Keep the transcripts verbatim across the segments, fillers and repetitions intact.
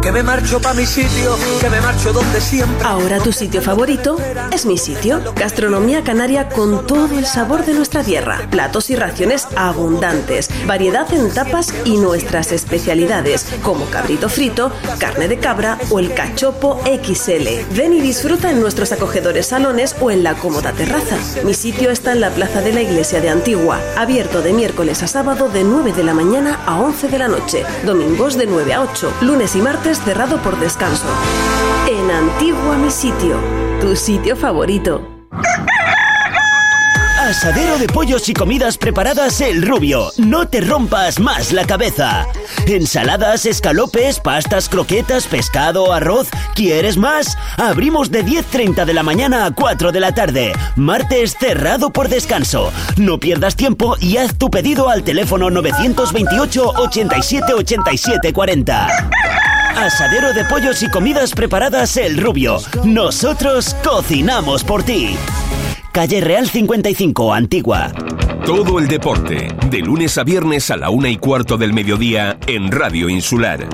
que me marcho pa' mi sitio, que me marcho donde siempre. Ahora tu sitio favorito es Mi Sitio. Gastronomía canaria con todo el sabor de nuestra tierra. Platos y raciones abundantes, variedad en tapas y nuestras especialidades, como cabrito frito, carne de cabra o el cachopo equis ele. Ven y disfruta en nuestros acogedores salones o en la cómoda terraza. Mi Sitio está en la plaza de la iglesia de Antigua, abierto de miércoles a sábado de nueve de la mañana a once de la noche, domingos de nueve a ocho, lunes y martes cerrado por descanso. En Antigua Mi Sitio, tu sitio favorito. Asadero de pollos y comidas preparadas El Rubio. No te rompas más la cabeza. Ensaladas, escalopes, pastas, croquetas, pescado, arroz. ¿Quieres más? Abrimos de diez treinta de la mañana a cuatro de la tarde. Martes cerrado por descanso. No pierdas tiempo y haz tu pedido al teléfono nueve dos ocho, ochenta y siete, ochenta y siete, cuarenta. Asadero de pollos y comidas preparadas El Rubio. Nosotros cocinamos por ti. Calle Real cincuenta y cinco, Antigua. Todo el deporte, de lunes a viernes a la una y cuarto del mediodía en Radio Insular.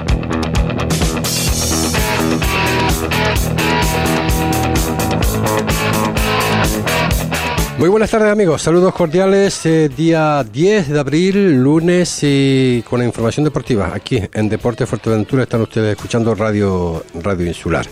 Muy buenas tardes, amigos, saludos cordiales, eh, día diez de abril, lunes, y con la información deportiva aquí en Deporte Fuerteventura. Están ustedes escuchando Radio, Radio Insular.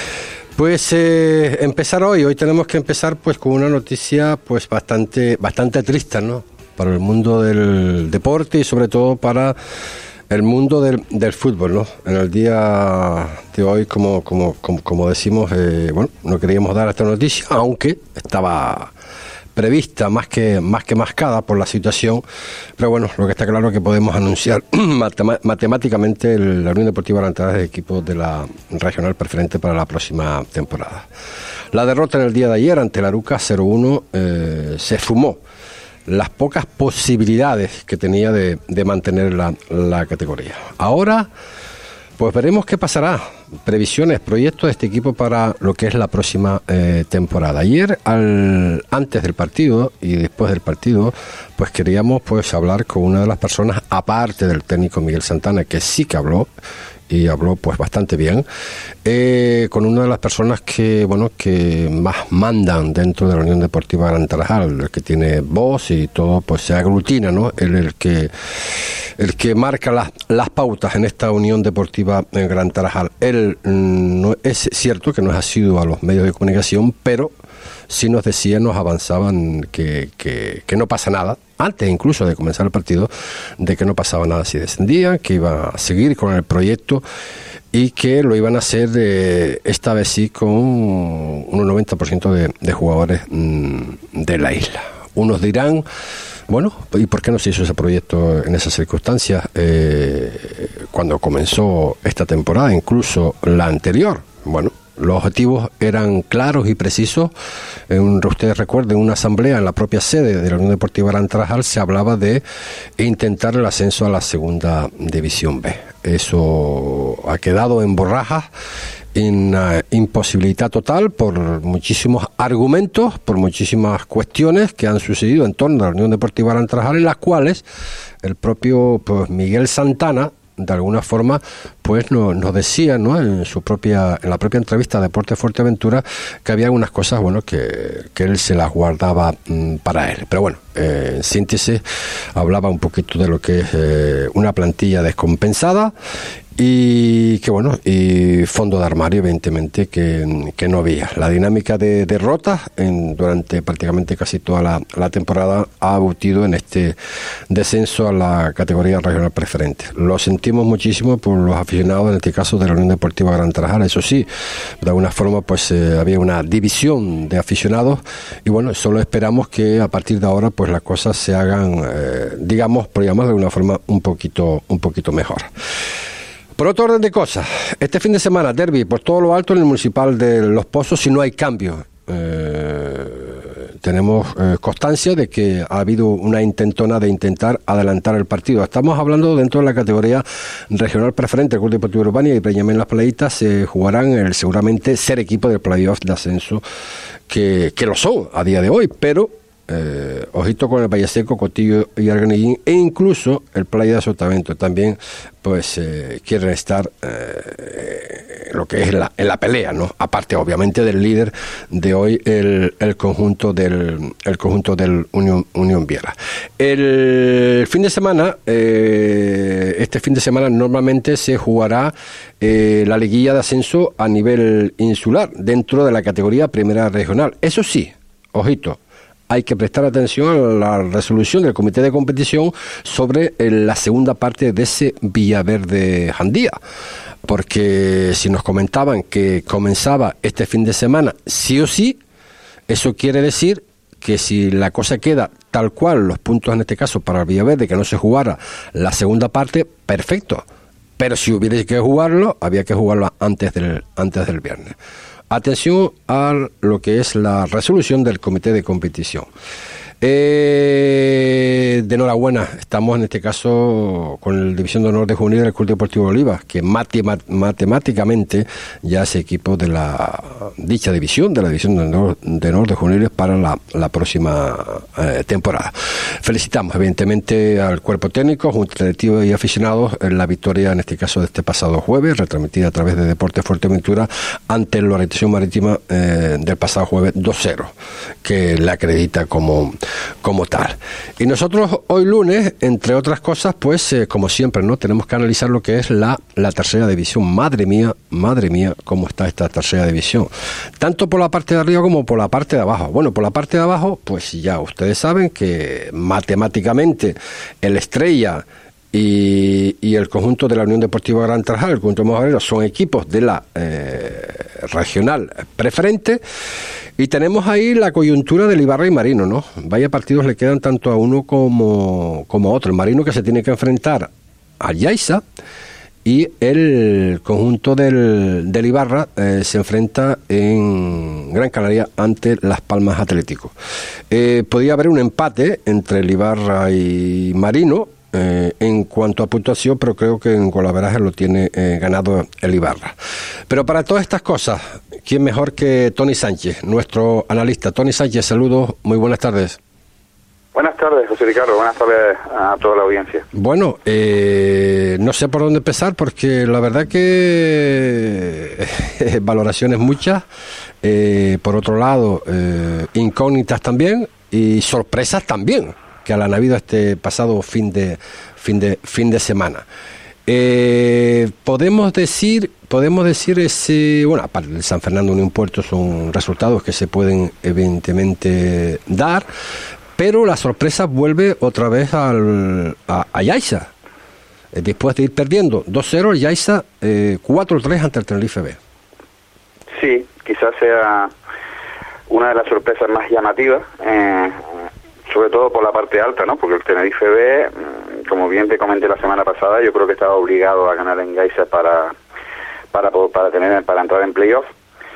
Pues eh, empezar hoy, hoy tenemos que empezar pues con una noticia pues bastante, bastante triste, ¿no? Para el mundo del deporte y sobre todo para el mundo del, del fútbol, ¿no? En el día de hoy, como, como, como, como decimos, eh, bueno, no queríamos dar esta noticia, aunque estaba prevista más que más que mascada por la situación, pero bueno, lo que está claro es que podemos anunciar matem- matemáticamente el, la Unión Deportiva Arantaraz de equipo de la regional preferente para la próxima temporada. La derrota en el día de ayer ante la Aruca cero uno eh, se fumó las pocas posibilidades que tenía de, de mantener la, la categoría. Ahora pues veremos qué pasará. Previsiones, proyectos de este equipo para lo que es la próxima eh, temporada. Ayer, al, antes del partido y después del partido, pues queríamos pues hablar con una de las personas, aparte del técnico Miguel Santana, que sí que habló, y habló pues bastante bien, eh, con una de las personas que bueno que más mandan dentro de la Unión Deportiva Gran Tarajal, el que tiene voz y todo pues se aglutina, ¿no? El, el que el que marca las, las pautas en esta Unión Deportiva en Gran Tarajal. Él mm, no es cierto que no es asiduo a los medios de comunicación, pero sí nos decía, nos avanzaban que, que, que no pasa nada, antes incluso de comenzar el partido, de que no pasaba nada si descendía, que iba a seguir con el proyecto y que lo iban a hacer de, esta vez sí con un noventa por ciento de, de jugadores mmm, de la isla. Unos dirán, bueno, ¿y por qué no se hizo ese proyecto en esas circunstancias eh, cuando comenzó esta temporada, incluso la anterior? Bueno, los objetivos eran claros y precisos. En, ustedes recuerden, una asamblea en la propia sede de la Unión Deportiva Gran Tarajal se hablaba de intentar el ascenso a la segunda división B. Eso ha quedado en borrajas, en uh, imposibilidad total por muchísimos argumentos, por muchísimas cuestiones que han sucedido en torno a la Unión Deportiva Gran Tarajal, en las cuales el propio pues, Miguel Santana, de alguna forma, pues nos, nos decía, ¿no? en su propia, en la propia entrevista de Deporte Fuerteventura, que había algunas cosas, bueno, que, que él se las guardaba mmm, para él. Pero bueno, eh, en síntesis, hablaba un poquito de lo que es eh, una plantilla descompensada y que bueno, y fondo de armario evidentemente que, que no había. La dinámica de derrotas en, durante prácticamente casi toda la, la temporada ha abutido en este descenso a la categoría regional preferente. Lo sentimos muchísimo por los aficionados, en este caso de la Unión Deportiva Gran Tarajal. Eso sí, de alguna forma pues eh, había una división de aficionados y bueno, solo esperamos que a partir de ahora pues las cosas se hagan, eh, digamos, por llamarlo de una forma un poquito, un poquito mejor. Por otro orden de cosas, este fin de semana, derbi por todo lo alto en el Municipal de Los Pozos, si no hay cambio. Eh, tenemos eh, constancia de que ha habido una intentona de intentar adelantar el partido. Estamos hablando dentro de la categoría regional preferente. El Club Deportivo Urbania y Peñamén Las Playitas se jugarán el seguramente ser equipo del playoff de ascenso, que, que lo son a día de hoy, pero Eh, ojito con el Valleseco, Cotillo y Arganillín, e incluso el Playa de Sotavento también pues eh, quieren estar eh, lo que es la, en la pelea, ¿no? Aparte, obviamente, del líder de hoy, el, el conjunto del el conjunto del Unión, Unión Viera. El fin de semana, eh, este fin de semana normalmente se jugará eh, la liguilla de ascenso a nivel insular, dentro de la categoría Primera Regional. Eso sí, ojito, hay que prestar atención a la resolución del comité de competición sobre eh, la segunda parte de ese Villaverde Jandía, porque si nos comentaban que comenzaba este fin de semana sí o sí, eso quiere decir que si la cosa queda tal cual, los puntos en este caso para el Villaverde, que no se jugara la segunda parte, perfecto, pero si hubiera que jugarlo, había que jugarlo antes del, antes del viernes. Atención a lo que es la resolución del comité de competición. Eh, de enhorabuena, estamos en este caso con el División de Honor de Juvenil del Club Deportivo Olivas, que matem- matemáticamente ya es equipo de la dicha división, de la División de Honor de, honor de Juveniles para la, la próxima eh, temporada. Felicitamos evidentemente al cuerpo técnico, junto directivo y aficionados, en la victoria en este caso de este pasado jueves, retransmitida a través de Deportes Fuerteventura ante la Orientación Marítima eh, del pasado jueves dos cero, que le acredita como como tal. Y nosotros hoy lunes, entre otras cosas, pues eh, como siempre, ¿no? Tenemos que analizar lo que es la, la tercera división. Madre mía, madre mía, cómo está esta tercera división. Tanto por la parte de arriba como por la parte de abajo. Bueno, por la parte de abajo, pues ya ustedes saben que matemáticamente el Estrella y, y el conjunto de la Unión Deportiva Gran Tarajal, el conjunto de Mojaveros, son equipos de la eh, regional preferente. Y tenemos ahí la coyuntura del Ibarra y Marino, ¿no? Vaya partidos le quedan tanto a uno como, como a otro. El Marino, que se tiene que enfrentar a Yaiza, y el conjunto del, del Ibarra eh, se enfrenta en Gran Canaria ante Las Palmas Atlético. Eh, podía haber un empate entre el Ibarra y Marino eh, en cuanto a puntuación, pero creo que en golaveraje lo tiene eh, ganado el Ibarra. Pero para todas estas cosas, ¿quién mejor que Tony Sánchez, nuestro analista? Tony Sánchez, saludos, muy buenas tardes. Buenas tardes, José Ricardo, buenas tardes a toda la audiencia. Bueno, eh, no sé por dónde empezar, porque la verdad que valoraciones muchas, eh, por otro lado, eh, incógnitas también, y sorpresas también, que han habido este pasado fin de, fin de, fin de semana. Eh, podemos decir, podemos decir ese, bueno, aparte del San Fernando Unión Puerto, son resultados que se pueden evidentemente dar, pero la sorpresa vuelve otra vez al, a, a Yaiza, eh, después de ir perdiendo dos cero, el Yaiza eh, cuatro tres ante el Tenerife B. Sí, quizás sea una de las sorpresas más llamativas, eh, sobre todo por la parte alta, ¿no? Porque el Tenerife B, como bien te comenté la semana pasada, yo creo que estaba obligado a ganar en Yaiza para para para tener para entrar en playoff.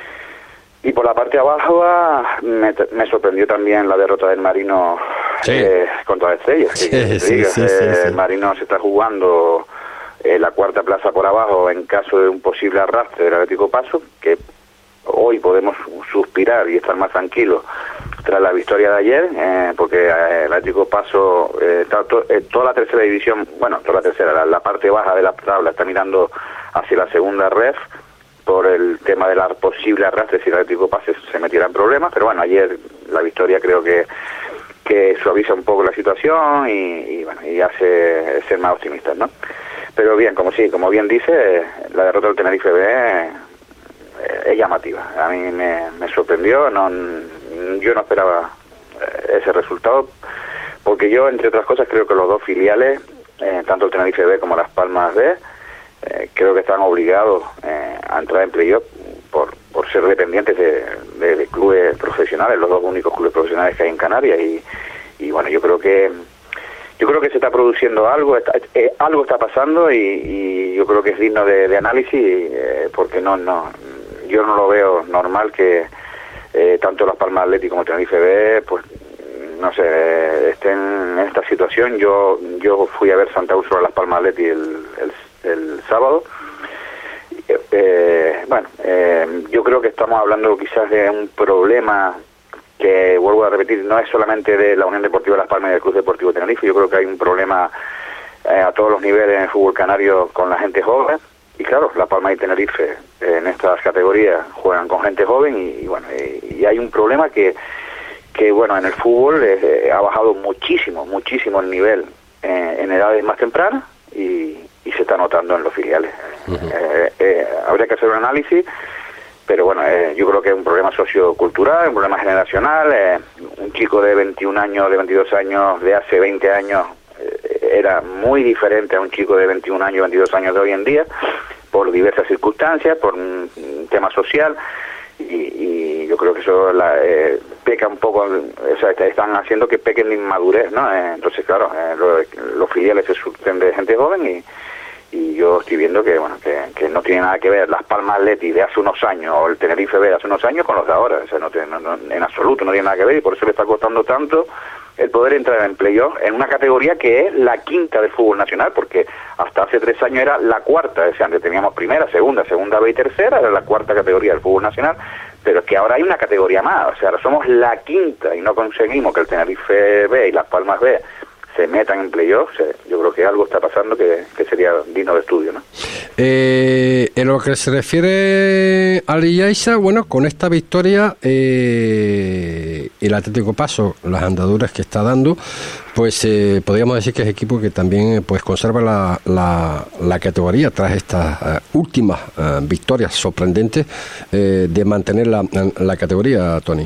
Y por la parte de abajo me, me sorprendió también la derrota del Marino sí. eh, contra la Estrella. Sí, que, sí, diga, sí, eh, sí, sí. El Marino se está jugando eh, la cuarta plaza por abajo en caso de un posible arrastre del Atlético Paso, que hoy podemos suspirar y estar más tranquilos tras la victoria de ayer, eh, porque eh, el Atlético Paso, eh, está to, eh, toda la tercera división, bueno, toda la tercera, la, la parte baja de la tabla está mirando hacia la segunda ref por el tema de la posible arrastre si el Atlético Paso se metiera en problemas, pero bueno, ayer la victoria creo que que suaviza un poco la situación y, y bueno, y hace ser más optimistas, ¿no? Pero bien, como sí, como bien dice, la derrota del Tenerife B eh, es llamativa. A mí me, me sorprendió, no, yo no esperaba ese resultado, porque yo, entre otras cosas, creo que los dos filiales, eh, tanto el Tenerife B como Las Palmas B, eh, creo que están obligados eh, a entrar en playoff por, por ser dependientes de, de, de clubes profesionales, los dos únicos clubes profesionales que hay en Canarias, y, y bueno, yo creo que yo creo que se está produciendo algo, está, eh, algo está pasando y, y yo creo que es digno de, de análisis, eh, porque no no yo no lo veo normal que eh, tanto Las Palmas Atlético como Tenerife B, pues no sé, eh, estén en esta situación. Yo yo fui a ver Santa Úrsula Las Palmas Atlético el, el, el sábado. Eh, bueno, eh, yo creo que estamos hablando quizás de un problema que, vuelvo a repetir, no es solamente de la Unión Deportiva Las Palmas y del Club Deportivo Tenerife. Yo creo que hay un problema eh, a todos los niveles en el fútbol canario con la gente joven, y claro, La Palma y Tenerife en estas categorías juegan con gente joven y, y bueno, y, y hay un problema que, que bueno, en el fútbol eh, ha bajado muchísimo, muchísimo el nivel eh, en edades más tempranas y, y se está notando en los filiales. Uh-huh. eh, eh, habría que hacer un análisis, pero bueno, eh, yo creo que es un problema sociocultural, un problema generacional. Eh, un chico de veintiún años, de veintidós años, de hace veinte años, eh, era muy diferente a un chico de veintiún años, veintidós años de hoy en día, por diversas circunstancias, por un, un tema social, y, y yo creo que eso la, eh, peca un poco, o sea, están haciendo que pequen de inmadurez, ¿no? Eh, entonces, claro, eh, lo, los filiales se surten de gente joven y y yo estoy viendo que bueno que, que no tiene nada que ver Las Palmas Athletic de hace unos años o el Tenerife B de hace unos años con los de ahora. O sea, no, tiene, no, no en absoluto no tiene nada que ver, y por eso le está costando tanto el poder entrar en playoff en una categoría que es la quinta del fútbol nacional, porque hasta hace tres años era la cuarta. O sea, antes teníamos primera, segunda, segunda B y tercera, era la cuarta categoría del fútbol nacional, pero es que ahora hay una categoría más. O sea, ahora somos la quinta y no conseguimos que el Tenerife B y Las Palmas B se metan en playoffs. Yo creo que algo está pasando que, que sería digno de estudio, ¿no? Eh, en lo que se refiere al Illaiza, bueno, con esta victoria eh, el Atlético Paso, las andaduras que está dando, pues eh, podríamos decir que es equipo que también pues conserva la, la, la categoría tras estas uh, últimas uh, victorias sorprendentes eh, de mantener la, la categoría, Tony.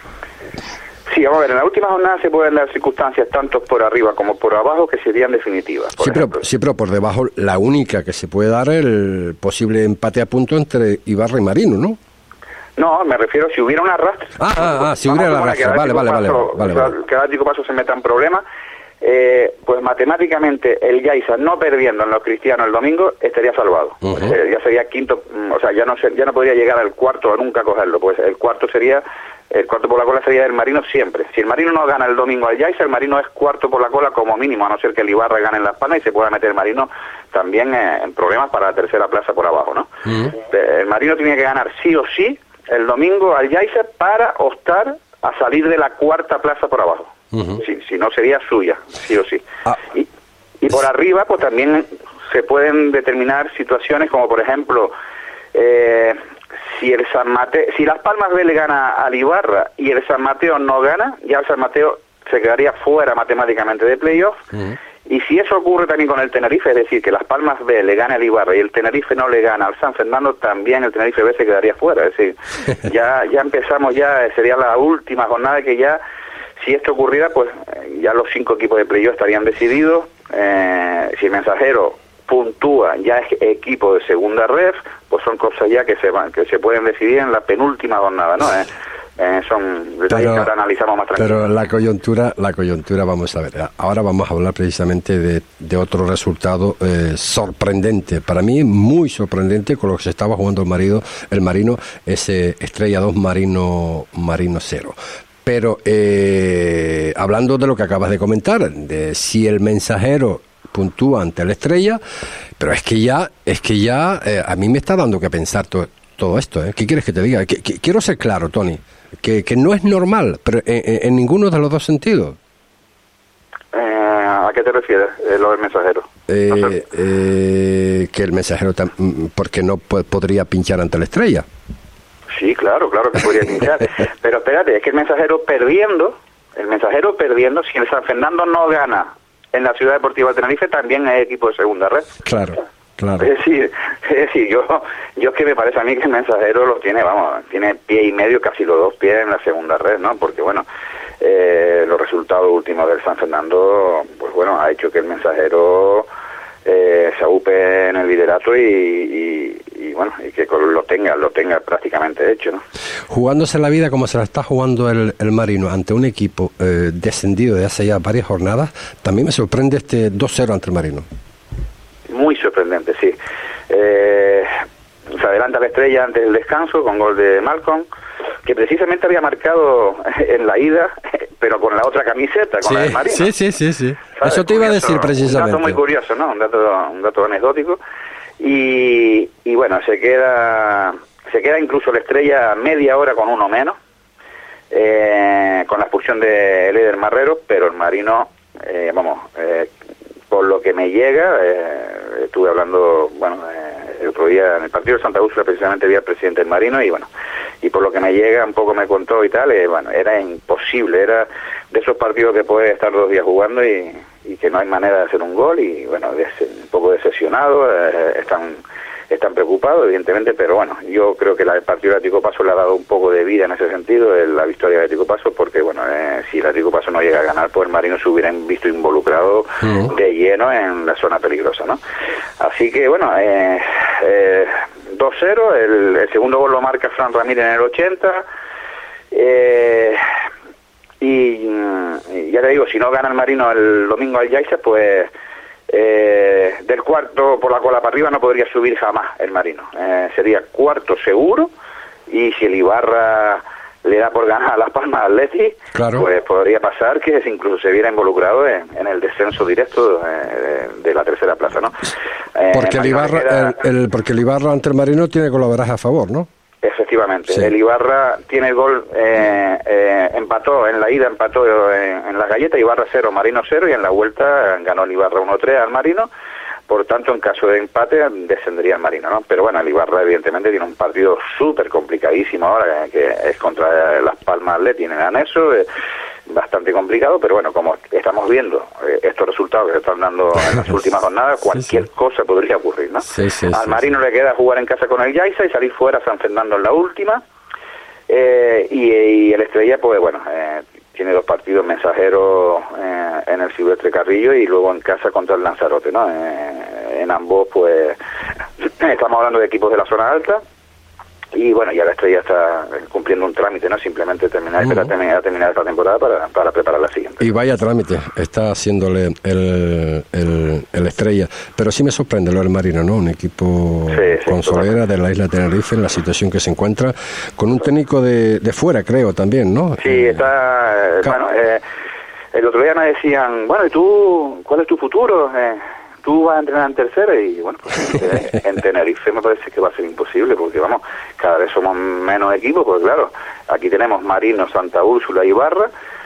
Sí, vamos a ver, en la última jornada se pueden dar circunstancias tanto por arriba como por abajo que serían definitivas. Sí pero, sí, pero por debajo la única que se puede dar es el posible empate a punto entre Ibarra y Marino, ¿no? No, me refiero si hubiera una arrastre. Ah, ah, ah, si hubiera la arrastre, vale, vale, vale, paso, vale, o sea, vale. que el Atlético Paso se meta en problemas, eh, pues matemáticamente el Illaiza no perdiendo en los cristianos el domingo estaría salvado. Uh-huh. O sea, ya sería quinto, o sea, ya no se, ya no podría llegar al cuarto, nunca cogerlo, pues el cuarto sería... El cuarto por la cola sería el Marino siempre. Si el Marino no gana el domingo al Illaiza, el Marino es cuarto por la cola como mínimo, a no ser que el Ibarra gane en Las Palmas y se pueda meter el Marino también eh, en problemas para la tercera plaza por abajo, ¿no? Uh-huh. El Marino tiene que ganar sí o sí el domingo al Illaiza para optar a salir de la cuarta plaza por abajo. Uh-huh. Si, si no sería suya, sí o sí. Ah. Y, y por arriba, pues también se pueden determinar situaciones como, por ejemplo... Eh, Si el San Mateo, si Las Palmas B le gana al Ibarra y el San Mateo no gana, ya el San Mateo se quedaría fuera matemáticamente de playoff. Uh-huh. Y si eso ocurre también con el Tenerife, es decir, que Las Palmas B le gana al Ibarra y el Tenerife no le gana al San Fernando, también el Tenerife B se quedaría fuera. Es decir, ya ya empezamos, ya sería la última jornada que ya, si esto ocurriera, pues ya los cinco equipos de playoff estarían decididos. Eh, si el Mensajero puntúa, ya es equipo de segunda ref, pues son cosas ya que se van, que se pueden decidir en la penúltima jornada, ¿no? Eh, eh, son detalles que ahora analizamos más tranquilos. Pero la coyuntura, la coyuntura, vamos a ver, ahora vamos a hablar precisamente de, de otro resultado eh, sorprendente, para mí muy sorprendente con lo que se estaba jugando el marido, el Marino, ese Estrella dos Marino, Marino cero. Pero eh, hablando de lo que acabas de comentar, de si el Mensajero puntúa ante la Estrella, pero es que ya, es que ya eh, a mí me está dando que pensar to, todo esto, ¿eh? ¿Qué quieres que te diga? Que, que, quiero ser claro, Tony, que, que no es normal, pero en, en, en ninguno de los dos sentidos. Eh, ¿A qué te refieres, eh, lo del Mensajero? Eh, no sé. eh, que el Mensajero, tam, porque no po- podría pinchar ante la Estrella. Sí, claro, claro que podría pinchar, pero espérate, es que el Mensajero perdiendo, el Mensajero perdiendo, si el San Fernando no gana en la Ciudad Deportiva de Tenerife, también es equipo de segunda red. Claro, claro. Es decir, es decir, yo, yo es que me parece a mí que el Mensajero lo tiene, vamos, tiene pie y medio, casi los dos pies en la segunda red, ¿no? Porque, bueno, eh, los resultados últimos del San Fernando, pues bueno, ha hecho que el Mensajero eh, se aúpe en el liderato y, y, y, bueno, y que lo tenga, lo tenga prácticamente hecho, ¿no? Jugándose la vida como se la está jugando el, el Marino ante un equipo eh, descendido de hace ya varias jornadas, también me sorprende este dos cero ante el Marino. Muy sorprendente, sí. Eh, se adelanta la Estrella antes del descanso con gol de Malcolm, que precisamente había marcado en la ida, pero con la otra camiseta, con sí, la del Marino. Sí, sí, sí, sí. Eso te iba a decir precisamente. Un dato muy curioso, ¿no? Un dato, un dato anecdótico. Y, y bueno, se queda se queda incluso la Estrella media hora con uno menos, eh, con la expulsión de Eder Marrero, pero el Marino, eh, vamos, eh, por lo que me llega, eh, estuve hablando, bueno, eh, el otro día en el partido de Santa Úrsula precisamente vi al presidente del Marino y bueno, y por lo que me llega un poco me contó y tal, eh, bueno, era imposible, era de esos partidos que puedes estar dos días jugando y, y que no hay manera de hacer un gol y bueno, es un poco decepcionado, eh, están están preocupados evidentemente, pero bueno, yo creo que la, el partido de Atlético Paso le ha dado un poco de vida en ese sentido, el, la victoria de Atlético Paso, porque bueno, eh, si el Atlético Paso no llega a ganar, pues el Marino se hubiera visto involucrado uh-huh. de lleno en la zona peligrosa, ¿no? Así que bueno, eh, eh, dos cero, el, el segundo gol lo marca Fran Ramírez en el ochenta, eh, y, y ya te digo, si no gana el Marino el domingo al Yaiza, pues Eh, del cuarto por la cola para arriba no podría subir jamás el Marino, eh, sería cuarto seguro, y si el Ibarra le da por ganar a Las Palmas Athletic, claro. pues podría pasar que incluso se viera involucrado en, en el descenso directo eh, de, de la tercera plaza, ¿no? Eh, porque el, el Ibarra queda... el, el, porque el Ibarra ante el Marino tiene golaveraje a favor, ¿no? Efectivamente, sí. El Ibarra tiene el gol, eh, eh, empató en la ida, empató en, en la galleta, Ibarra cero, Marino cero, y en la vuelta ganó el Ibarra uno tres al Marino, por tanto en caso de empate descendería el Marino, ¿no? Pero bueno, el Ibarra evidentemente tiene un partido súper complicadísimo ahora, que es contra Las Palmas Athletic en el anexo, eh, bastante complicado, pero bueno, como estamos viendo eh, estos resultados que se están dando en las últimas jornadas, cualquier sí, sí. cosa podría ocurrir, ¿no? Sí, sí, Al sí, Marino sí. le queda jugar en casa con el Yaiza y salir fuera a San Fernando en la última, eh, y, y el Estrella, pues bueno, eh, tiene dos partidos, Mensajero eh, en el Silvestre Carrillo y luego en casa contra el Lanzarote, ¿no? Eh, en ambos, pues, estamos hablando de equipos de la zona alta. Y bueno, ya la Estrella está cumpliendo un trámite, ¿no? Simplemente terminar, uh-huh. terminar, terminar esta temporada para, para preparar la siguiente. Y vaya trámite está haciéndole el, el, el Estrella. Pero sí me sorprende lo del Marino, ¿no? Un equipo sí, con sí, solera de la isla de Tenerife, en la situación que se encuentra, con un técnico de, de fuera, creo, también, ¿no? Sí, está... Car- bueno, eh, el otro día me decían, bueno, ¿y tú? ¿Cuál es tu futuro? Eh, tú vas a entrenar en tercera y bueno, pues eh, en Tenerife me parece que va a ser imposible porque vamos, cada vez somos menos equipos, porque claro, aquí tenemos Marino, Santa Úrsula, Ibarra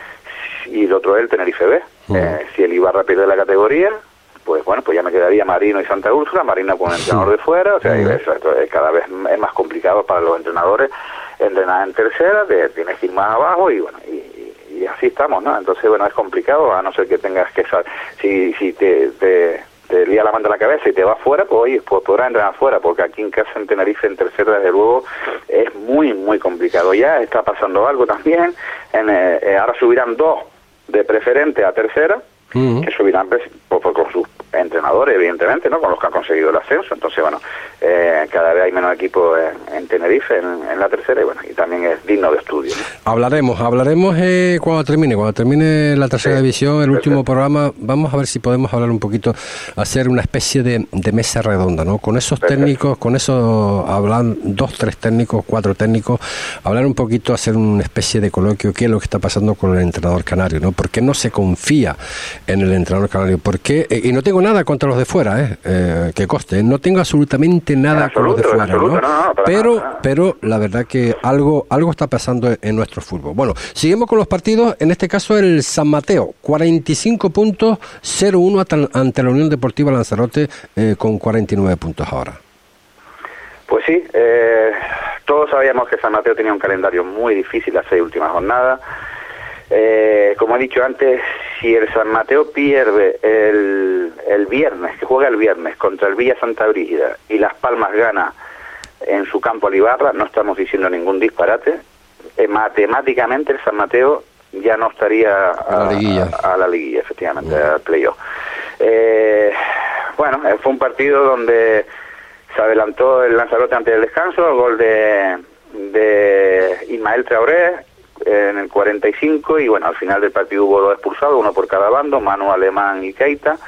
y el otro es el Tenerife B. Uh-huh. Eh, si el Ibarra pierde la categoría, pues bueno, pues ya me quedaría Marino y Santa Úrsula, Marino con un entrenador de fuera, o sea, uh-huh. eso, esto es cada vez es más complicado para los entrenadores entrenar en tercera, te, tienes que ir más abajo y bueno, y, y así estamos, ¿no? Entonces, bueno, es complicado, a no ser que tengas que saber, si, si te... te te lía la mano en la cabeza y te vas fuera, pues oye, pues podrás entrenar fuera, porque aquí en casa en Tenerife, en tercera, desde luego, es muy, muy complicado. Ya está pasando algo también, en, eh, ahora subirán dos de preferente a tercera, uh-huh. que subirán pues, pues, con sus entrenadores, evidentemente, ¿no? Con los que han conseguido el ascenso. Entonces, bueno, eh, cada vez hay menos equipos en, en Tenerife, en, en la tercera, y bueno, y también es digno de estudio, ¿no? Hablaremos, hablaremos eh, cuando termine, cuando termine la tercera sí, división, el perfecto. Último programa, vamos a ver si podemos hablar un poquito, hacer una especie de, de mesa redonda, ¿no? Con esos perfecto. técnicos, con esos, hablan dos, tres técnicos, cuatro técnicos, hablar un poquito, hacer una especie de coloquio, qué es lo que está pasando con el entrenador canario, ¿no? ¿Por qué no se confía en el entrenador canario? ¿Por qué? Eh, y no tengo nada contra los de fuera, eh, eh, que coste, no tengo absolutamente nada absoluto, con los de fuera, absoluto, ¿no? No, no, pero, nada. pero la verdad que algo, algo está pasando en nuestro fútbol. Bueno, seguimos con los partidos, en este caso el San Mateo, cuarenta y cinco puntos, cero uno ante la Unión Deportiva Lanzarote, eh, con cuarenta y nueve puntos ahora. Pues sí, eh, todos sabíamos que San Mateo tenía un calendario muy difícil las seis últimas jornadas. Eh, como he dicho antes, si el San Mateo pierde el, el viernes, que juega el viernes contra el Villa Santa Brígida y Las Palmas gana en su campo al Ibarra, no estamos diciendo ningún disparate, eh, matemáticamente el San Mateo ya no estaría a, a la liguilla, a, a la liguilla efectivamente, uh-huh. al playoff. Eh, bueno, fue un partido donde se adelantó el Lanzarote antes del descanso, el gol de, de Ismael Traoré en el cuarenta y cinco, y bueno, al final del partido hubo dos expulsados, uno por cada bando, Manu Alemán y Keita,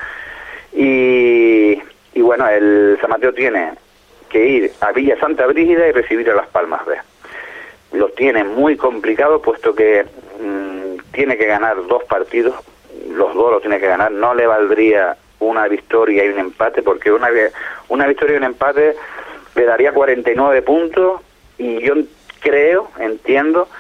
y, y bueno, el San Mateo tiene que ir a Villa Santa Brígida y recibir a Las Palmas B. Lo tiene muy complicado, puesto que mmm, tiene que ganar dos partidos, los dos los tiene que ganar, no le valdría una victoria y un empate, porque una, una victoria y un empate le daría cuarenta y nueve puntos, y yo creo, entiendo,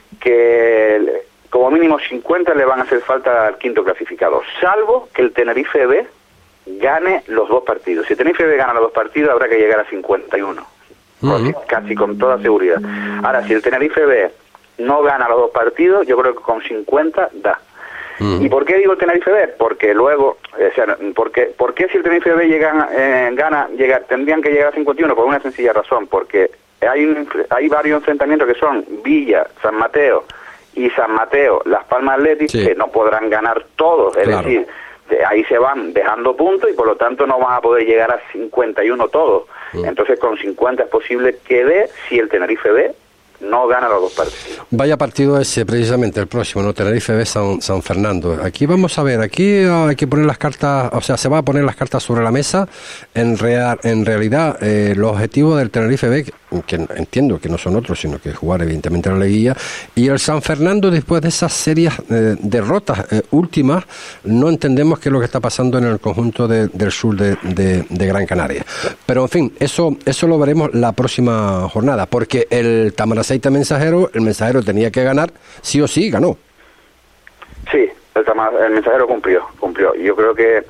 que como mínimo cincuenta le van a hacer falta al quinto clasificado, salvo que el Tenerife B gane los dos partidos. Si Tenerife B gana los dos partidos, habrá que llegar a cincuenta y uno, uh-huh. casi con toda seguridad. Ahora, si el Tenerife B no gana los dos partidos, yo creo que con cincuenta da. ¿Y por qué digo Tenerife B? Porque luego, o sea, porque, ¿por qué si el Tenerife B llega, eh, gana, llega, tendrían que llegar a cincuenta y uno? Por una sencilla razón, porque hay, un, hay varios enfrentamientos que son Villa, San Mateo y San Mateo, Las Palmas Athletic, sí. que no podrán ganar todos, es claro. decir, de ahí se van dejando puntos y por lo tanto no van a poder llegar a cincuenta y uno todos. Sí. Entonces con cincuenta es posible que dé si el Tenerife B no gana los dos partidos. Vaya partido ese, precisamente, el próximo, ¿no? Tenerife B San, San Fernando. Aquí vamos a ver, aquí hay que poner las cartas, o sea, se va a poner las cartas sobre la mesa. En, real, en realidad, eh, los objetivos del Tenerife B, que, que entiendo que no son otros, sino que jugar evidentemente la liguilla, y el San Fernando, después de esas serias eh, derrotas eh, últimas, no entendemos qué es lo que está pasando en el conjunto de, del sur de, de, de Gran Canaria. Pero, en fin, eso, eso lo veremos la próxima jornada, porque el Tamaraceite Mensajero, el Mensajero tenía que ganar, sí o sí, ganó. Sí, el, el Mensajero cumplió, cumplió. Yo creo que,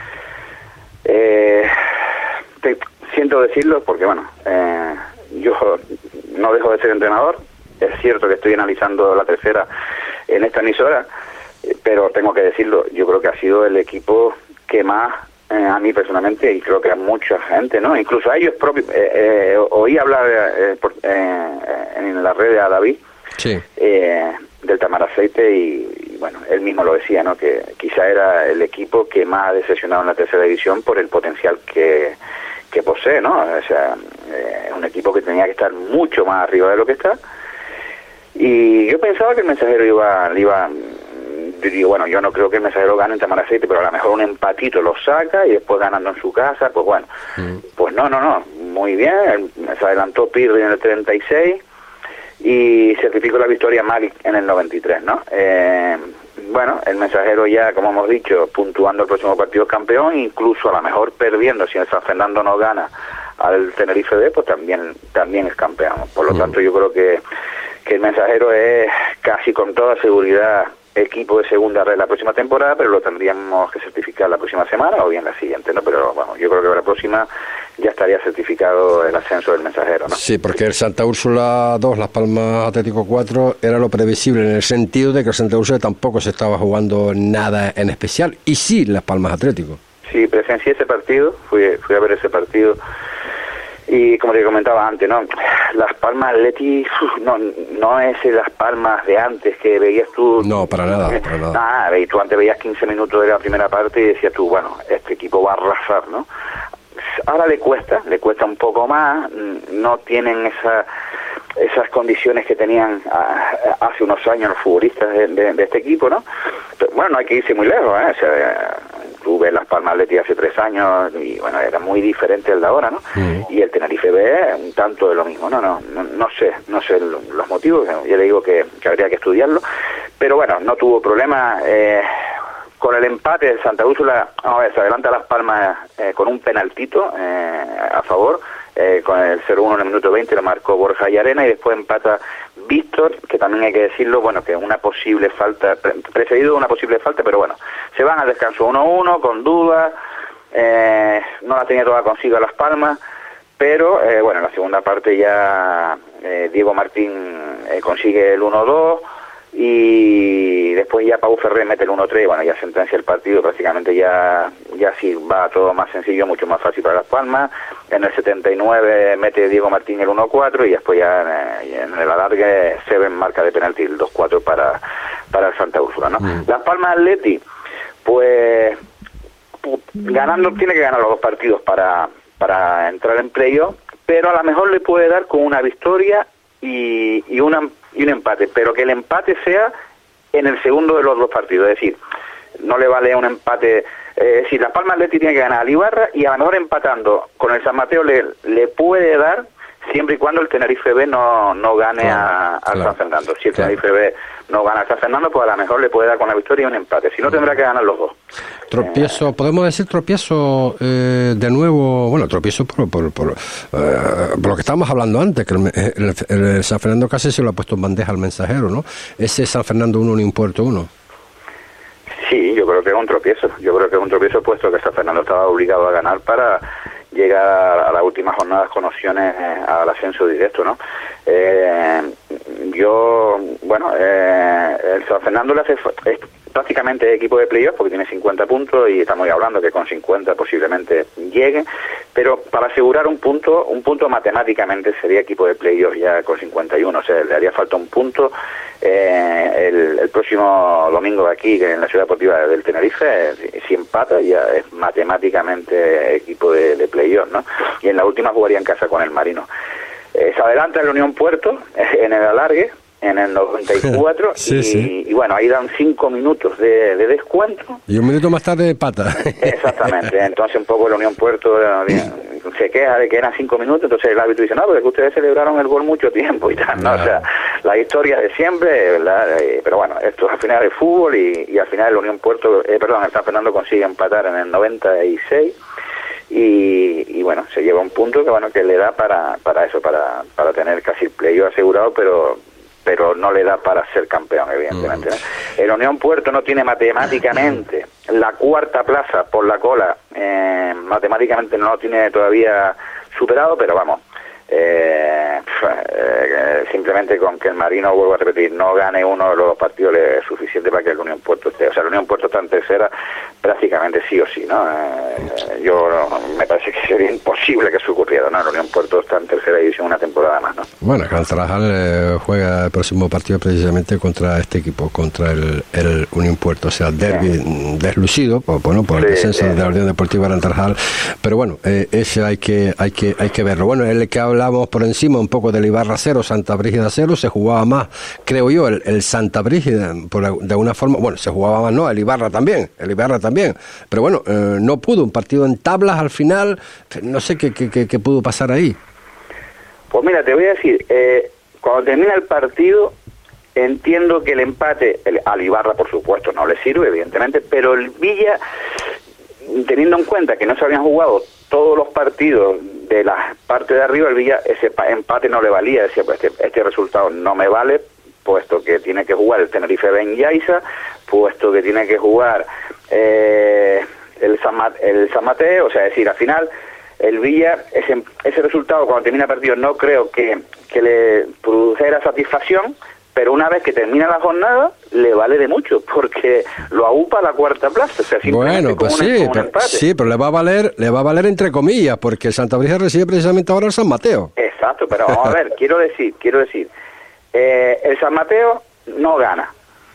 eh, te, siento decirlo porque, bueno, eh, yo no dejo de ser entrenador, es cierto que estoy analizando la tercera en esta emisora, eh, pero tengo que decirlo, yo creo que ha sido el equipo que más, Eh, a mí personalmente, y creo que a mucha gente, ¿no? Incluso a ellos propios, eh, eh, oí hablar eh, por, eh, en la red a David, sí. eh, del Tamaraceite, y, y bueno, él mismo lo decía, ¿no? Que quizá era el equipo que más ha decepcionado en la tercera división por el potencial que, que posee, ¿no? O sea, eh, un equipo que tenía que estar mucho más arriba de lo que está, y yo pensaba que el Mensajero iba, iba yo digo, bueno, yo no creo que el Mensajero gane en Tamaraceite, pero a lo mejor un empatito lo saca y después ganando en su casa, pues bueno, mm. pues no, no, no, muy bien, se adelantó Pirri en el treinta y seis y certificó la victoria Malik en el noventa y tres, ¿no? Eh, bueno, el Mensajero ya, como hemos dicho, puntuando el próximo partido campeón, incluso a lo mejor perdiendo, si el San Fernando no gana al Tenerife B, pues también, también es campeón. Por lo mm. tanto, yo creo que, que el Mensajero es casi con toda seguridad equipo de segunda red la próxima temporada, pero lo tendríamos que certificar la próxima semana o bien la siguiente, ¿no? Pero bueno, yo creo que la próxima ya estaría certificado el ascenso del Mensajero, ¿no? Sí, porque el Santa Úrsula dos, Las Palmas Atlético cuatro, era lo previsible en el sentido de que el Santa Úrsula tampoco se estaba jugando nada en especial, y sí Las Palmas Atlético. Sí, presencié ese partido, fui, fui a ver ese partido. Y como te comentaba antes, ¿no? Las Palmas Athletic no, no es Las Palmas de antes que veías tú. No, para nada, para nada. Nada, y tú antes veías quince minutos de la primera parte y decías tú, bueno, este equipo va a arrasar, ¿no? Ahora le cuesta, le cuesta un poco más, no tienen esa esas condiciones que tenían a, a, hace unos años los futbolistas de, de, de este equipo, ¿no? Pero, bueno, no hay que irse muy lejos, ¿eh? O sea, tú ves Las Palmas Athletic hace tres años y bueno, era muy diferente el de ahora, ¿no? Mm. Y el Tenerife B un tanto de lo mismo, ¿no? No, no, no sé, no sé los motivos, ya le digo que, que habría que estudiarlo, pero bueno, no tuvo problema. eh, con el empate de Santa Úrsula, a ver, se adelanta Las Palmas eh, con un penaltito eh, a favor, eh, con el cero uno en el minuto veinte lo marcó Borja y Arena, y después empata Víctor, que también hay que decirlo, bueno, que una posible falta, precedido de una posible falta, pero bueno, se van al descanso uno uno, con dudas, eh, no la tenía toda consigo Las Palmas, pero eh, bueno, en la segunda parte ya eh, Diego Martín eh, consigue el uno dos, y después ya Pau Ferrer mete el uno tres, bueno, ya sentencia el partido, prácticamente ya ya sí va todo más sencillo, mucho más fácil para Las Palmas. En el setenta y nueve mete Diego Martín el uno cuatro y después ya en, en el alargue se ve en marca de penalti el dos cuatro para, para el Santa Úrsula, ¿no? Mm. Las Palmas Athletic, pues ganando, tiene que ganar los dos partidos para, para entrar en playoff, pero a lo mejor le puede dar con una victoria y, y una y un empate, pero que el empate sea en el segundo de los dos partidos, es decir, no le vale un empate, eh, es decir, Las Palmas Athletic tiene que ganar al Ibarra y a lo mejor empatando con el San Mateo le, le puede dar, siempre y cuando el Tenerife B no, no gane claro, a, al claro, San Fernando. Si el claro. Tenerife B no gana al San Fernando, pues a lo mejor le puede dar con la victoria y un empate, si no tendrá que ganar los dos. Tropiezo, eh, podemos decir tropiezo eh, de nuevo, bueno, tropiezo por, por, por, eh, por lo que estábamos hablando antes, que el, el, el San Fernando casi se lo ha puesto en bandeja al Mensajero, ¿no? Ese San Fernando uno, un Puerto uno. Sí, yo creo que es un tropiezo. Yo creo que es un tropiezo puesto que San Fernando estaba obligado a ganar para llegar a las últimas jornadas con opciones al ascenso directo, ¿no? Eh, yo, bueno, eh, el San Fernando le hace es prácticamente equipo de playoff porque tiene cincuenta puntos y estamos hablando que con cincuenta posiblemente lleguen, pero para asegurar un punto, un punto matemáticamente sería equipo de playoff ya con cincuenta y uno, o sea, le haría falta un punto eh, el, el próximo domingo aquí en la Ciudad Deportiva del Tenerife, si empata ya es matemáticamente equipo de, de playoff, ¿no? Y en la última jugaría en casa con el Marino. Eh, se adelanta el Unión Puerto en el alargue, en el noventa y cuatro, sí, y, sí. y bueno, ahí dan cinco minutos de, de descuento. Y un minuto más tarde pata. Exactamente, entonces un poco la Unión Puerto eh, se queja de que eran cinco minutos, entonces el árbitro dice, no, porque ustedes celebraron el gol mucho tiempo y tal, ¿no? Claro. O sea, la historia de siempre, ¿verdad? Eh, pero bueno, esto al final es fútbol y, y al final la Unión Puerto, eh, perdón, el San Fernando consigue empatar en el noventa y seis. Y, y bueno, se lleva un punto que bueno que le da para para eso, para para tener casi el playoff asegurado, pero pero no le da para ser campeón, evidentemente, ¿no? El Unión Puerto no tiene matemáticamente la cuarta plaza por la cola, eh, matemáticamente no lo tiene todavía superado, pero vamos, eh, eh, simplemente con que el Marino, vuelvo a repetir, no gane uno de los partidos le es suficiente para que el Unión Puerto esté, o sea, el Unión Puerto está en tercera prácticamente sí o sí, ¿no? Eh, yo me parece que sería imposible que eso ocurriera, ¿no? El Unión Puerto está en tercera división una temporada más, ¿no? Bueno, Gran Tarajal eh, juega el próximo partido precisamente contra este equipo, contra el, el Unión Puerto, o sea, el derbi sí. deslucido, por, bueno, por el sí, descenso sí. de la Unión Deportiva Gran Tarajal, pero bueno, eh, ese hay que hay que hay que verlo. Bueno, el que hablamos por encima un poco del Ibarra cero, Santa Brígida cero, se jugaba más, creo yo, el, el Santa Brígida, por, de alguna forma, bueno, se jugaba más, no, el Ibarra también, el Ibarra también, pero bueno, eh, no pudo, un partido en tablas al final, no sé qué, qué, qué, qué pudo pasar ahí. Pues mira, te voy a decir, eh, cuando termina el partido, entiendo que el empate, el, al Ibarra por supuesto no le sirve, evidentemente, pero el Villa, teniendo en cuenta que no se habían jugado todos los partidos de la parte de arriba, el Villa, ese empate no le valía, decía, pues este, este resultado no me vale, puesto que tiene que jugar el Tenerife Ben Yaiza, puesto que tiene que jugar eh, el, San, el San Mateo, o sea, es decir, al final el Villa, ese, ese resultado cuando termina el partido no creo que, que le produjera satisfacción, pero una vez que termina la jornada le vale de mucho, porque lo aupa a la cuarta plaza, o sea, bueno, pues sí, un, pero, sí, pero le va a valer, le va a valer entre comillas, porque el Santa Brígida recibe precisamente ahora el San Mateo. Exacto, pero vamos a ver, quiero decir, quiero decir, eh, el San Mateo no gana,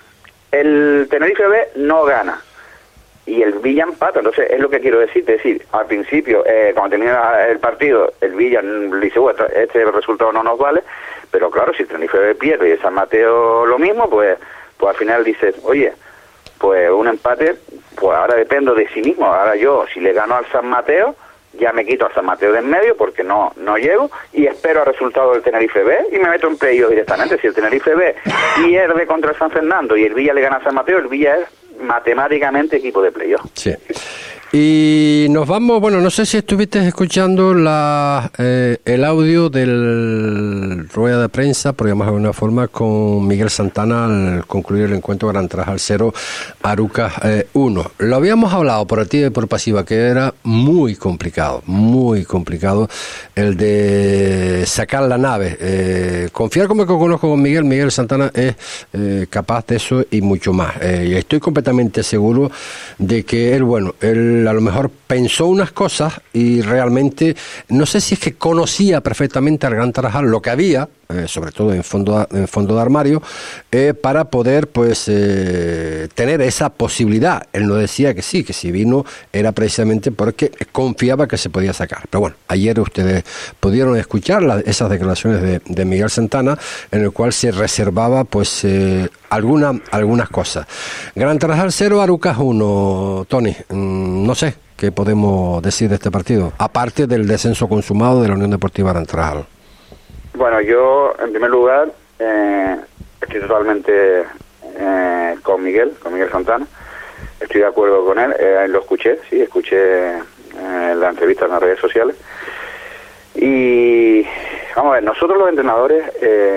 el Tenerife B no gana, y el Villa empata, entonces es lo que quiero decir, es decir, al principio, eh, cuando termina el partido, el Villa le dice, bueno, este resultado no nos vale, pero claro, si el Tenerife pierde y el San Mateo lo mismo, pues pues al final dices, oye, pues un empate, pues ahora dependo de sí mismo, ahora yo, si le gano al San Mateo, ya me quito al San Mateo de en medio porque no no llego y espero el resultado del Tenerife B y me meto en playoff directamente. Si el Tenerife B pierde contra el San Fernando y el Villa le gana a San Mateo, el Villa es matemáticamente equipo de playoff. Sí. Y nos vamos, bueno, no sé si estuviste escuchando la eh, el audio del rueda de prensa, por llamarlo de alguna forma, con Miguel Santana al concluir el encuentro Gran Tarajal cero, Arucas uno. Eh, Lo habíamos hablado por activa y por pasiva, que era muy complicado, muy complicado el de sacar la nave. Eh, confiar como que conozco con Miguel, Miguel Santana es eh, capaz de eso y mucho más. Eh, y estoy completamente seguro de que él, bueno, él a lo mejor pensó unas cosas y realmente, no sé si es que conocía perfectamente al Gran Tarajal, lo que había, eh, sobre todo en fondo, en fondo de armario, eh, para poder pues eh, tener esa posibilidad. Él no decía que sí, que si vino era precisamente porque confiaba que se podía sacar. Pero bueno, ayer ustedes pudieron escuchar la, esas declaraciones de, de Miguel Santana, en el cual se reservaba pues eh, alguna, algunas cosas. Gran Tarajal cero, Arucas uno, Tony. Mm, no sé qué podemos decir de este partido, aparte del descenso consumado de la Unión Deportiva Gran Tarajal. Bueno, yo, en primer lugar, eh, estoy totalmente eh, con Miguel, con Miguel Santana. Estoy de acuerdo con él. Eh, lo escuché, sí, escuché eh, la entrevista en las redes sociales. Y, vamos a ver, nosotros los entrenadores eh,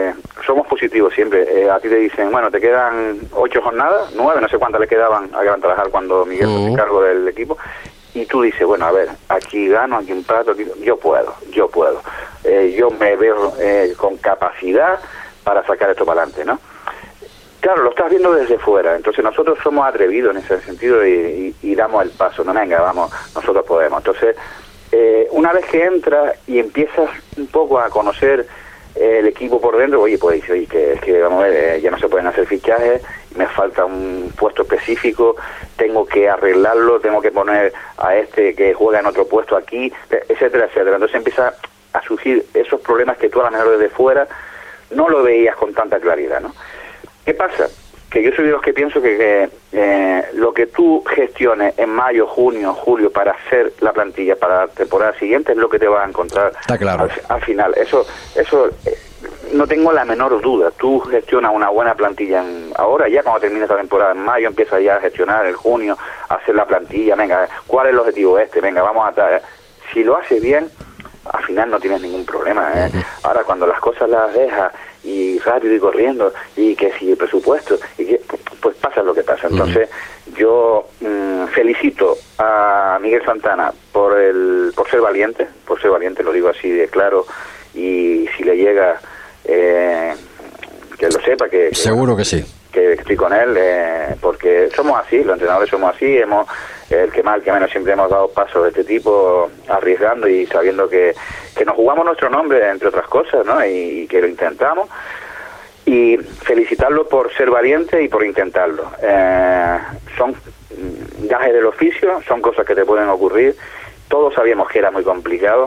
somos positivos siempre. Eh, a ti te dicen, bueno, te quedan ocho jornadas, nueve, no sé cuántas le quedaban a Gran Tarajal cuando Miguel uh-huh. se encargó del equipo. Y tú dices, bueno, a ver, aquí gano, aquí empato, aquí... yo puedo, yo puedo. Eh, yo me veo eh, con capacidad para sacar esto para adelante, ¿no? Claro, lo estás viendo desde fuera, entonces nosotros somos atrevidos en ese sentido y, y, y damos el paso, no venga, vamos, nosotros podemos. Entonces, eh, una vez que entras y empiezas un poco a conocer eh, el equipo por dentro, oye, pues dice, oye, que, que vamos a ver, eh, ya no se pueden hacer fichajes, me falta un puesto específico, tengo que arreglarlo, tengo que poner a este que juega en otro puesto aquí, etcétera, etcétera. Entonces empieza a surgir esos problemas que tú a lo mejor desde fuera no lo veías con tanta claridad, ¿no? ¿Qué pasa? Que yo soy de los que pienso que, que eh, lo que tú gestiones en mayo, junio, julio para hacer la plantilla para la temporada siguiente es lo que te vas a encontrar. Está claro. al, al final. Eso, eso eh, no tengo la menor duda. Tú gestionas una buena plantilla en, ahora, ya cuando termine esta temporada en mayo, empiezas ya a gestionar en junio, a hacer la plantilla. Venga, ¿cuál es el objetivo este? Venga, vamos a... Tra- si lo haces bien, al final no tienes ningún problema, ¿eh? Uh-huh. Ahora, cuando las cosas las dejas y rápido y corriendo, y que si el presupuesto, y que, pues pasa lo que pasa. Entonces, uh-huh. yo mmm, felicito a Miguel Santana por el por ser valiente, por ser valiente, lo digo así de claro, y si le llega, eh, que lo sepa, que... que Seguro que sí. Que estoy con él, eh, porque somos así, los entrenadores somos así, hemos el que más, el que menos, siempre hemos dado pasos de este tipo, arriesgando y sabiendo que, que nos jugamos nuestro nombre, entre otras cosas, ¿no? Y, y que lo intentamos. Y felicitarlo por ser valiente y por intentarlo. Eh, son gajes del oficio, son cosas que te pueden ocurrir. Todos sabíamos que era muy complicado,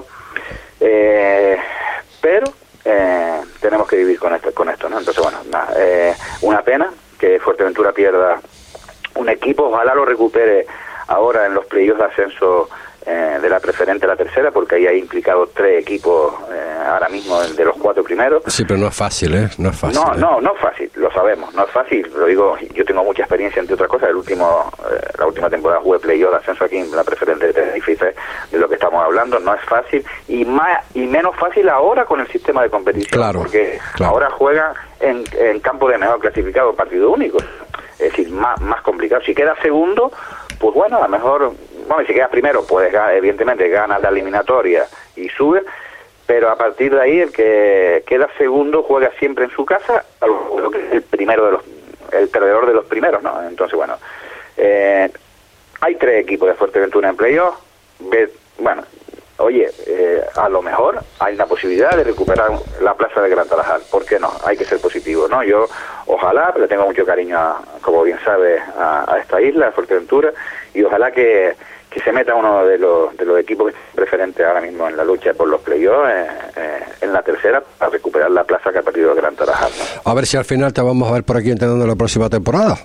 eh, pero eh, tenemos que vivir con esto, con esto, ¿no? Entonces, bueno, nada, eh, una pena que Fuerteventura pierda un equipo, ojalá lo recupere ahora en los playoffs de ascenso eh, de la preferente a la tercera, porque ahí hay implicados tres equipos eh, ahora mismo de los cuatro primeros. Sí, pero no es fácil, ¿eh? No es fácil. No, ¿eh? no, no es fácil, lo sabemos, no es fácil, lo digo, yo tengo mucha experiencia entre otras cosas, el último, eh, la última temporada jugué playoff de ascenso aquí en la preferente de Tenerife, de lo que estamos hablando, no es fácil, y más y menos fácil ahora con el sistema de competición, claro, porque claro. ahora juegan en, en campo de mejor clasificado, partido único, es decir, más, más complicado. Si queda segundo, pues bueno, a lo mejor, bueno, si quedas primero, pues evidentemente ganas la eliminatoria y sube, pero a partir de ahí el que queda segundo juega siempre en su casa, lo que es el primero de los, el perdedor de los primeros, ¿no? Entonces, bueno, eh, hay tres equipos de Fuerteventura en playoff, bueno, oye, eh, a lo mejor hay una posibilidad de recuperar la plaza de Gran Tarajal, ¿por qué no? Hay que ser positivo, ¿no? Yo, ojalá, pero tengo mucho cariño, a, como bien sabe, a, a esta isla, a Fuerteventura, y ojalá que, que se meta uno de los de los equipos preferentes ahora mismo en la lucha por los playoffs, eh, eh, en la tercera, para recuperar la plaza que ha perdido Gran Tarajal, ¿no? A ver si al final te vamos a ver por aquí entrenando la próxima temporada.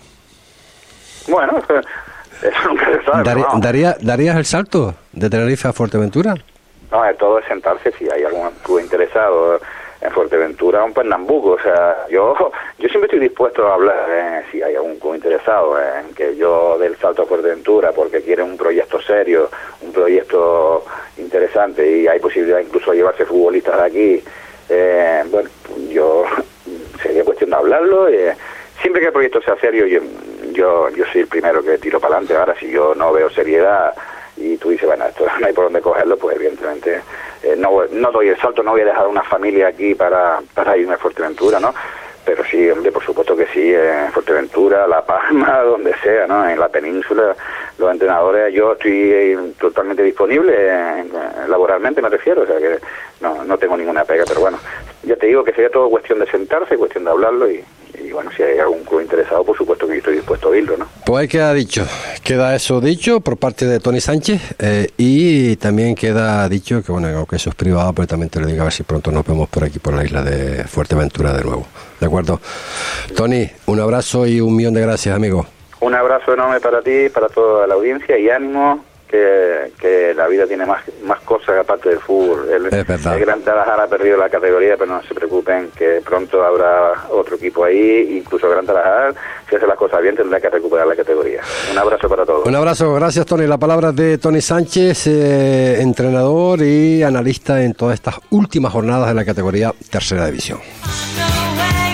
Bueno, eso nunca se sabe. Darí, no. ¿daría, ¿Darías el salto de Tenerife a Fuerteventura? No, es todo es sentarse si hay algún club interesado en Fuerteventura, un Pernambuco. O sea, yo yo siempre estoy dispuesto a hablar eh, si hay algún club interesado en que yo dé el salto a Fuerteventura porque quiere un proyecto serio, un proyecto interesante y hay posibilidad incluso de llevarse futbolistas de aquí. Eh, bueno, yo sería cuestión de hablarlo. Eh, siempre que el proyecto sea serio, yo, yo, yo soy el primero que tiro para adelante. Ahora, si yo no veo seriedad y tú dices, bueno, esto no hay por dónde cogerlo, pues evidentemente eh, no, no doy el salto, no voy a dejar una familia aquí para, para irme a Fuerteventura, ¿no? Pero sí, hombre, por supuesto que sí, en Fuerteventura, La Palma, donde sea, ¿no? En la península, los entrenadores, yo estoy eh, totalmente disponible, eh, laboralmente me refiero, o sea que no, no tengo ninguna pega, pero bueno, ya te digo que sería todo cuestión de sentarse, cuestión de hablarlo y, y bueno, si hay algún club interesado, por supuesto que yo estoy dispuesto a oírlo, ¿no? Pues ahí queda dicho, queda eso dicho por parte de Tony Sánchez eh, y también queda dicho que, bueno, aunque eso es privado, pero también te lo digo a ver si pronto nos vemos por aquí, por la isla de Fuerteventura de nuevo. ¿De acuerdo? Tony, un abrazo y un millón de gracias, amigo. Un abrazo enorme para ti, para toda la audiencia y ánimo, que, que la vida tiene más más cosas aparte del fútbol. El, es verdad. El Gran Tarajal ha perdido la categoría, pero no se preocupen, que pronto habrá otro equipo ahí, incluso Gran Tarajal, si hace las cosas bien, tendrá que recuperar la categoría. Un abrazo para todos. Un abrazo, gracias Tony. La palabra de Tony Sánchez, eh, entrenador y analista en todas estas últimas jornadas de la categoría Tercera División.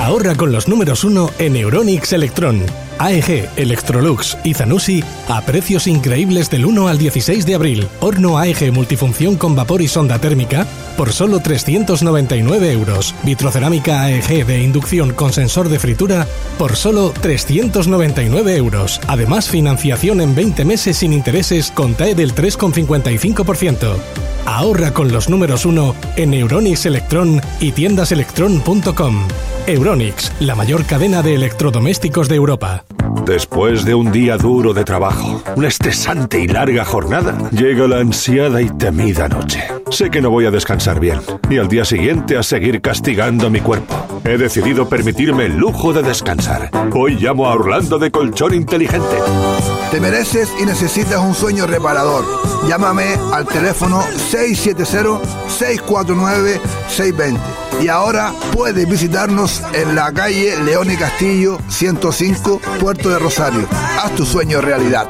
Ahorra con los números uno en Euronics Electron. A E G, Electrolux y Zanussi a precios increíbles del uno al dieciséis de abril. Horno A E G multifunción con vapor y sonda térmica por solo trescientos noventa y nueve euros. Vitrocerámica A E G de inducción con sensor de fritura por solo trescientos noventa y nueve euros. Además, financiación en veinte meses sin intereses con T A E del tres coma cincuenta y cinco por ciento. Ahorra con los números uno en Euronics Electron y tiendas electron punto com. Euronics, la mayor cadena de electrodomésticos de Europa. Después de un día duro de trabajo, una estresante y larga jornada, llega la ansiada y temida noche. Sé que no voy a descansar bien, y al día siguiente a seguir castigando mi cuerpo. He decidido permitirme el lujo de descansar. Hoy llamo a Orlando de Colchón Inteligente. Te mereces y necesitas un sueño reparador. Llámame al teléfono seis siete cero, seis cuatro nueve, seis dos cero. Y ahora puedes visitarnos en la calle León y Castillo ciento cinco, Puerto de Rosario. Haz tu sueño realidad.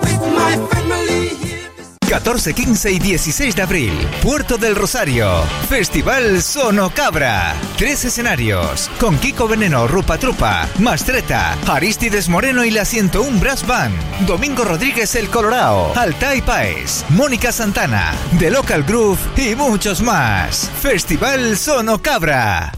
catorce, quince y dieciséis de abril, Puerto del Rosario, Festival Sonocabra. Tres escenarios, con Kiko Veneno, Rupa Trupa, Mastreta, Aristides Moreno y la ciento uno Brass Band, Domingo Rodríguez el Colorao, Altai Paes, Mónica Santana, The Local Groove y muchos más. Festival Sonocabra.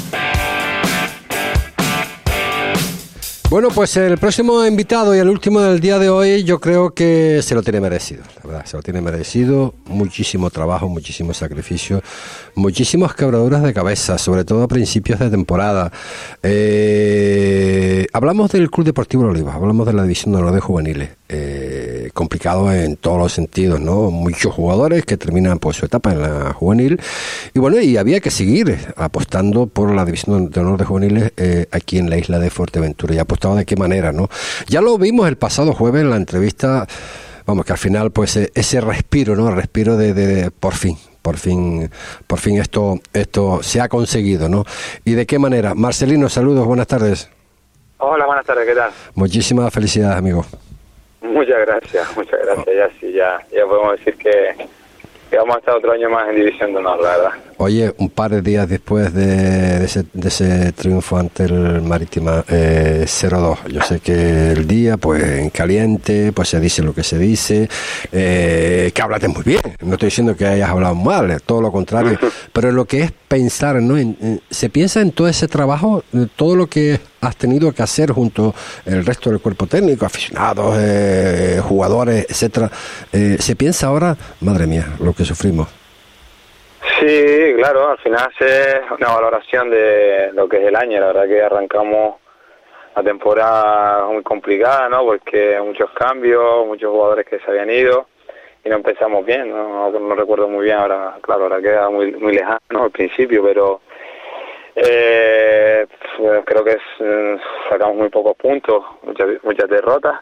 Bueno, pues el próximo invitado y el último del día de hoy yo creo que se lo tiene merecido, la verdad, se lo tiene merecido, muchísimo trabajo, muchísimo sacrificio, muchísimas quebraduras de cabeza, sobre todo a principios de temporada. Eh, hablamos del Club Deportivo Oliva, hablamos de la División de Honor de Juveniles, eh, complicado en todos los sentidos, ¿no? Muchos jugadores que terminan pues su etapa en la juvenil y bueno, y había que seguir apostando por la División de Honor de Juveniles eh, aquí en la isla de Fuerteventura y apostaba de qué manera, ¿no? Ya lo vimos el pasado jueves en la entrevista, vamos, que al final pues ese respiro, ¿no? El respiro de, de, de por fin, por fin, por fin esto, esto se ha conseguido, ¿no? ¿Y de qué manera? Marcelino, saludos, buenas tardes. Hola, buenas tardes, ¿qué tal? Muchísimas felicidades, amigo. Muchas gracias, muchas gracias. Ya sí, ya, ya podemos decir que, que vamos a estar otro año más en División de Honor, la verdad. Oye, un par de días después de, de, ese, de ese triunfo ante el Marítima eh, cero dos, yo sé que el día, pues en caliente, pues se dice lo que se dice, eh, que hablaste muy bien, no estoy diciendo que hayas hablado mal, todo lo contrario, pero lo que es pensar, ¿no? En, en, se piensa en todo ese trabajo, todo lo que has tenido que hacer junto al resto del cuerpo técnico, aficionados, eh, jugadores, etcétera. Eh, se piensa ahora, madre mía, lo que sufrimos. Sí, claro, al final es una valoración de lo que es el año. La verdad que arrancamos la temporada muy complicada, ¿no? Porque muchos cambios, muchos jugadores que se habían ido y no empezamos bien, no, no, no recuerdo muy bien, ahora claro, ahora queda muy muy lejano, ¿no? Al principio, pero eh, pues creo que es, sacamos muy pocos puntos, muchas, muchas derrotas.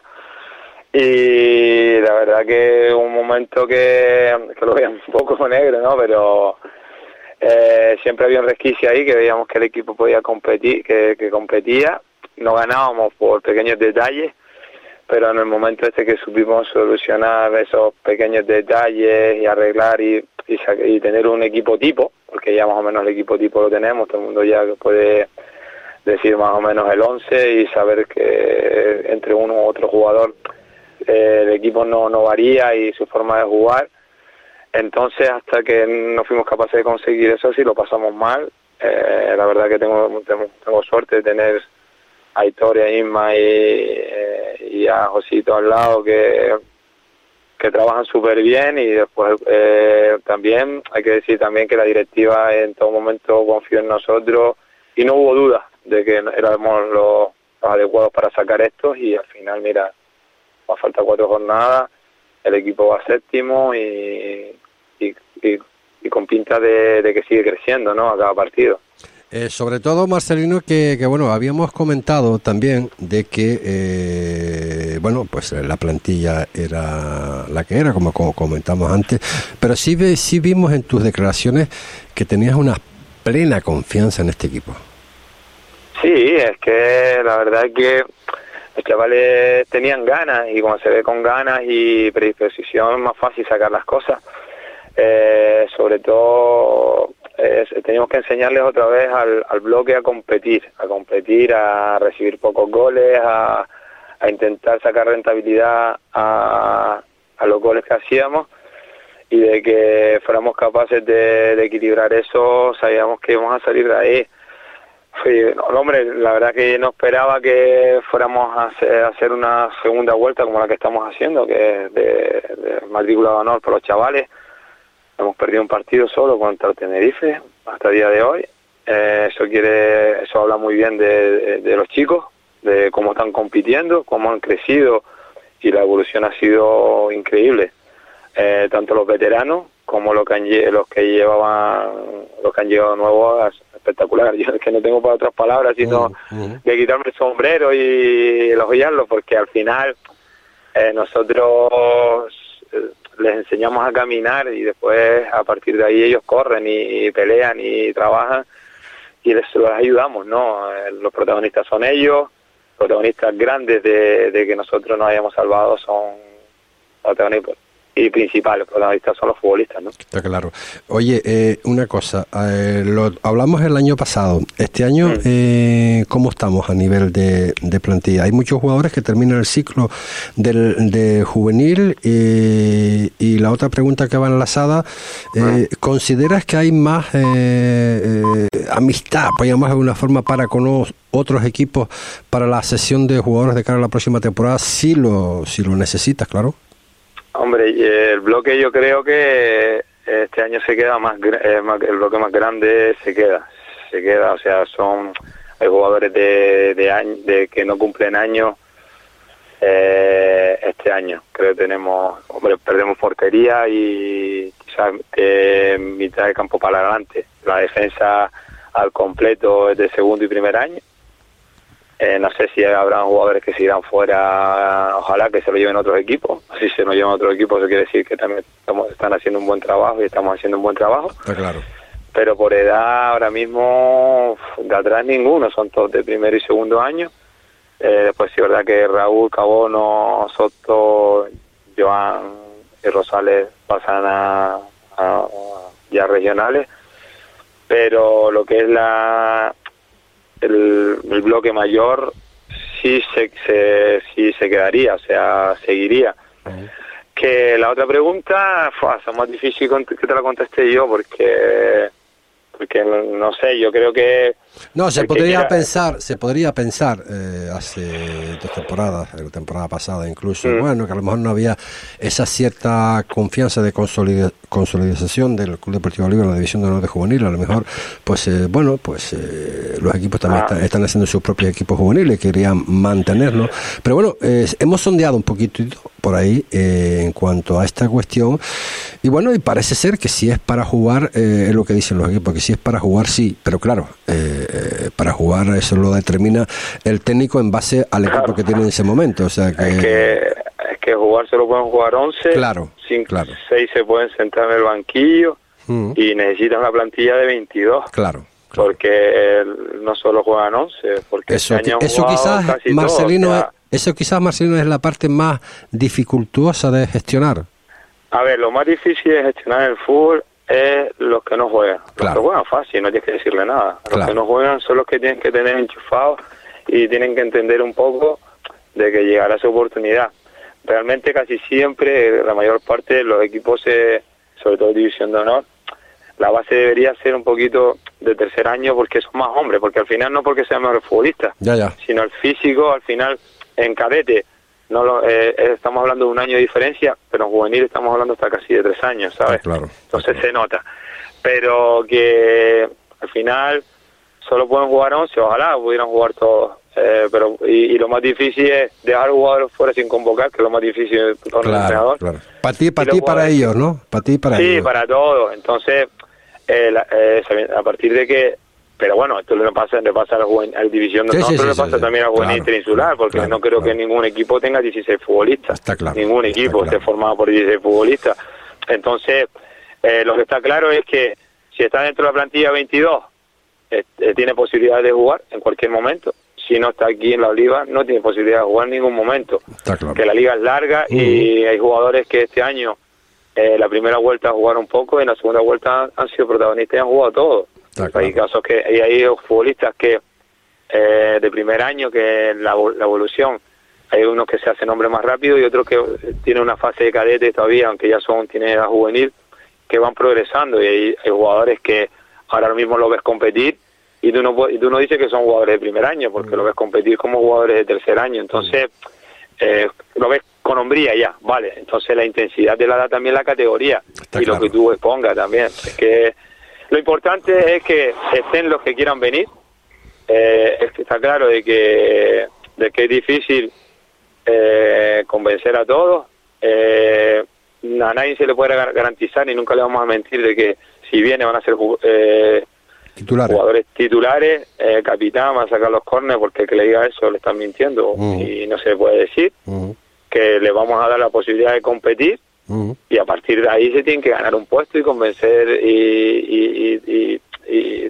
Y la verdad que un momento que, que lo veíamos un poco negro, ¿no? Pero eh, siempre había un resquicio ahí que veíamos que el equipo podía competir, que, que competía. No ganábamos por pequeños detalles, pero en el momento este que supimos solucionar esos pequeños detalles y arreglar y, y, y tener un equipo tipo, porque ya más o menos el equipo tipo lo tenemos, todo el mundo ya puede decir más o menos el once y saber que entre uno u otro jugador Eh, el equipo no, no varía y su forma de jugar. Entonces hasta que no fuimos capaces de conseguir eso, sí lo pasamos mal. Eh, la verdad que tengo, tengo tengo suerte de tener a Aitor y a Isma y, eh, y a Josito al lado que que trabajan súper bien y después eh, también hay que decir también que la directiva en todo momento confió en nosotros y no hubo duda de que éramos los, los adecuados para sacar esto y al final mira, va a faltar cuatro jornadas, el equipo va séptimo y, y, y, y con pinta de, de que sigue creciendo, ¿no? A cada partido. Eh, sobre todo, Marcelino, que, que bueno, habíamos comentado también de que, eh, bueno, pues la plantilla era la que era, como, como comentamos antes, pero sí, sí vimos en tus declaraciones que tenías una plena confianza en este equipo. Sí, es que la verdad es que los chavales tenían ganas y cuando se ve con ganas y predisposición es más fácil sacar las cosas. Eh, sobre todo es, tenemos que enseñarles otra vez al, al bloque a competir, a competir, a recibir pocos goles, a, a intentar sacar rentabilidad a, a los goles que hacíamos, y de que fuéramos capaces de, de equilibrar eso, sabíamos que íbamos a salir de ahí. Sí, no, hombre, la verdad que no esperaba que fuéramos a hacer, a hacer una segunda vuelta como la que estamos haciendo, que es de, de matrícula de honor por los chavales. Hemos perdido un partido solo contra el Tenerife hasta el día de hoy. Eh, eso quiere, eso habla muy bien de, de, de los chicos, de cómo están compitiendo, cómo han crecido, y la evolución ha sido increíble. Eh, tanto los veteranos como los que han, los que llevaban, los que han llegado nuevos, espectacular. Yo es que no tengo para otras palabras sino uh-huh. de quitarme el sombrero y elogiarlo, porque al final eh, nosotros eh, les enseñamos a caminar, y después a partir de ahí ellos corren y, y pelean y trabajan, y les los ayudamos, ¿no? Eh, los protagonistas son ellos, protagonistas grandes de, de que nosotros nos hayamos salvado son protagonistas. Y principales protagonistas son los futbolistas, ¿no? Está claro. Oye, eh, una cosa, eh, lo hablamos el año pasado. Este año, mm. eh, ¿cómo estamos a nivel de, de plantilla? Hay muchos jugadores que terminan el ciclo del, de juvenil, eh, y la otra pregunta que va enlazada, eh, mm. ¿consideras que hay más eh, eh, amistad, por llamarlo de alguna forma, para con los otros equipos para la sesión de jugadores de cara a la próxima temporada, si lo, si lo necesitas, claro? Hombre, el bloque yo creo que este año se queda más, eh, más el bloque más grande se queda, se queda, o sea, son hay jugadores de de, año, de que no cumplen años eh, este año. Creo que tenemos, hombre, perdemos portería y quizás eh, mitad de campo para adelante. La defensa al completo es de segundo y primer año. Eh, no sé si habrá jugadores que se irán fuera, ojalá que se lo lleven otros equipos. Si se nos llevan otros equipos, eso quiere decir que también estamos, están haciendo un buen trabajo y estamos haciendo un buen trabajo. Está claro. Pero por edad, ahora mismo, de atrás ninguno, son todos de primer y segundo año. Eh, después sí es verdad que Raúl, Cabono, Soto, Joan y Rosales pasan a, a ya regionales. Pero lo que es la... El, el bloque mayor sí se, se sí se quedaría, o sea, seguiría. Uh-huh. Que la otra pregunta fue más difícil que te la contesté yo, porque porque no, no sé, yo creo que no se podría quiera... pensar se podría pensar eh, hace dos temporadas, la temporada pasada incluso, mm. bueno, que a lo mejor no había esa cierta confianza de consolida, consolidación del Club Deportivo Oliva en la división de honor de juvenil. A lo mejor pues eh, bueno pues eh, los equipos también ah. están, están haciendo sus propios equipos juveniles, querían mantenerlo, pero bueno, eh, hemos sondeado un poquito por ahí eh, en cuanto a esta cuestión, y bueno, y parece ser que si es para jugar, eh, es lo que dicen los equipos, que si es para jugar sí, pero claro, eh, eh, para jugar eso lo determina el técnico en base al equipo claro. que tiene en ese momento, o sea que... Es que, es que jugar solo pueden jugar once, claro, cinco, claro. seis se pueden sentar en el banquillo, mm. y necesitan una plantilla de veintidós. Claro. Claro. Porque no solo juegan once, porque eso, este año eso quizás Marcelino todo, o sea, eso quizás Marcelino es la parte más dificultuosa de gestionar. A ver, lo más difícil de gestionar el fútbol es los que no juegan. Claro. Los que juegan fácil, no tienes que decirle nada. Los claro. que no juegan son los que tienen que tener enchufados y tienen que entender un poco de que llegará su oportunidad. Realmente casi siempre, la mayor parte de los equipos, se, sobre todo División de Honor, la base debería ser un poquito de tercer año, porque son más hombres, porque al final no porque sean mejores futbolistas, ya, ya. sino el físico, al final en cadete no lo, eh, estamos hablando de un año de diferencia, pero en juvenil estamos hablando hasta casi de tres años, ¿sabes? Ah, claro, entonces claro. se nota, pero que al final solo pueden jugar once, ojalá pudieran jugar todos, eh, pero y, y lo más difícil es dejar jugadores fuera sin convocar, que es lo más difícil para claro, el entrenador. Claro. Para ti, para ti, para ellos, ¿no? Para ti, para sí, ellos. Sí, para todos. Entonces, eh, la, eh, a partir de que, pero bueno, esto le pasa, le pasa a la, juven, a la división de sí, honor, sí, pero sí, le pasa sí, también sí. a la juvenil claro, interinsular, porque claro, no creo claro. que ningún equipo tenga dieciséis futbolistas. Está claro. Ningún equipo está claro. esté formado por dieciséis futbolistas. Entonces, eh, lo que está claro es que si está dentro de la plantilla veintidós, eh, eh, tiene posibilidad de jugar en cualquier momento. Si no está aquí en la Oliva, no tiene posibilidad de jugar en ningún momento. Está claro. Que la liga es larga mm. y hay jugadores que este año eh, la primera vuelta jugaron poco y en la segunda vuelta han sido protagonistas y han jugado todo. Claro. Hay casos que hay, hay futbolistas que eh, de primer año que la, la evolución, hay unos que se hacen hombre más rápido y otros que tienen una fase de cadete todavía, aunque ya son tienen edad juvenil, que van progresando, y hay, hay jugadores que ahora mismo lo ves competir y tú no y tú no dices que son jugadores de primer año porque lo ves competir como jugadores de tercer año, entonces eh, lo ves con hombría ya, vale, entonces la intensidad te la da también la categoría. Está y claro. Lo que tú expongas también, es que lo importante es que estén los que quieran venir, eh, es que está claro de que de que es difícil eh, convencer a todos, eh, a nadie se le puede garantizar y nunca le vamos a mentir de que si viene van a ser eh, titulares. Jugadores titulares, eh, capitán, van a sacar los córneres, porque el que le diga eso le están mintiendo uh-huh. y no se le puede decir uh-huh. que le vamos a dar la posibilidad de competir uh-huh. y a partir de ahí se tienen que ganar un puesto y convencer y y, y, y, y,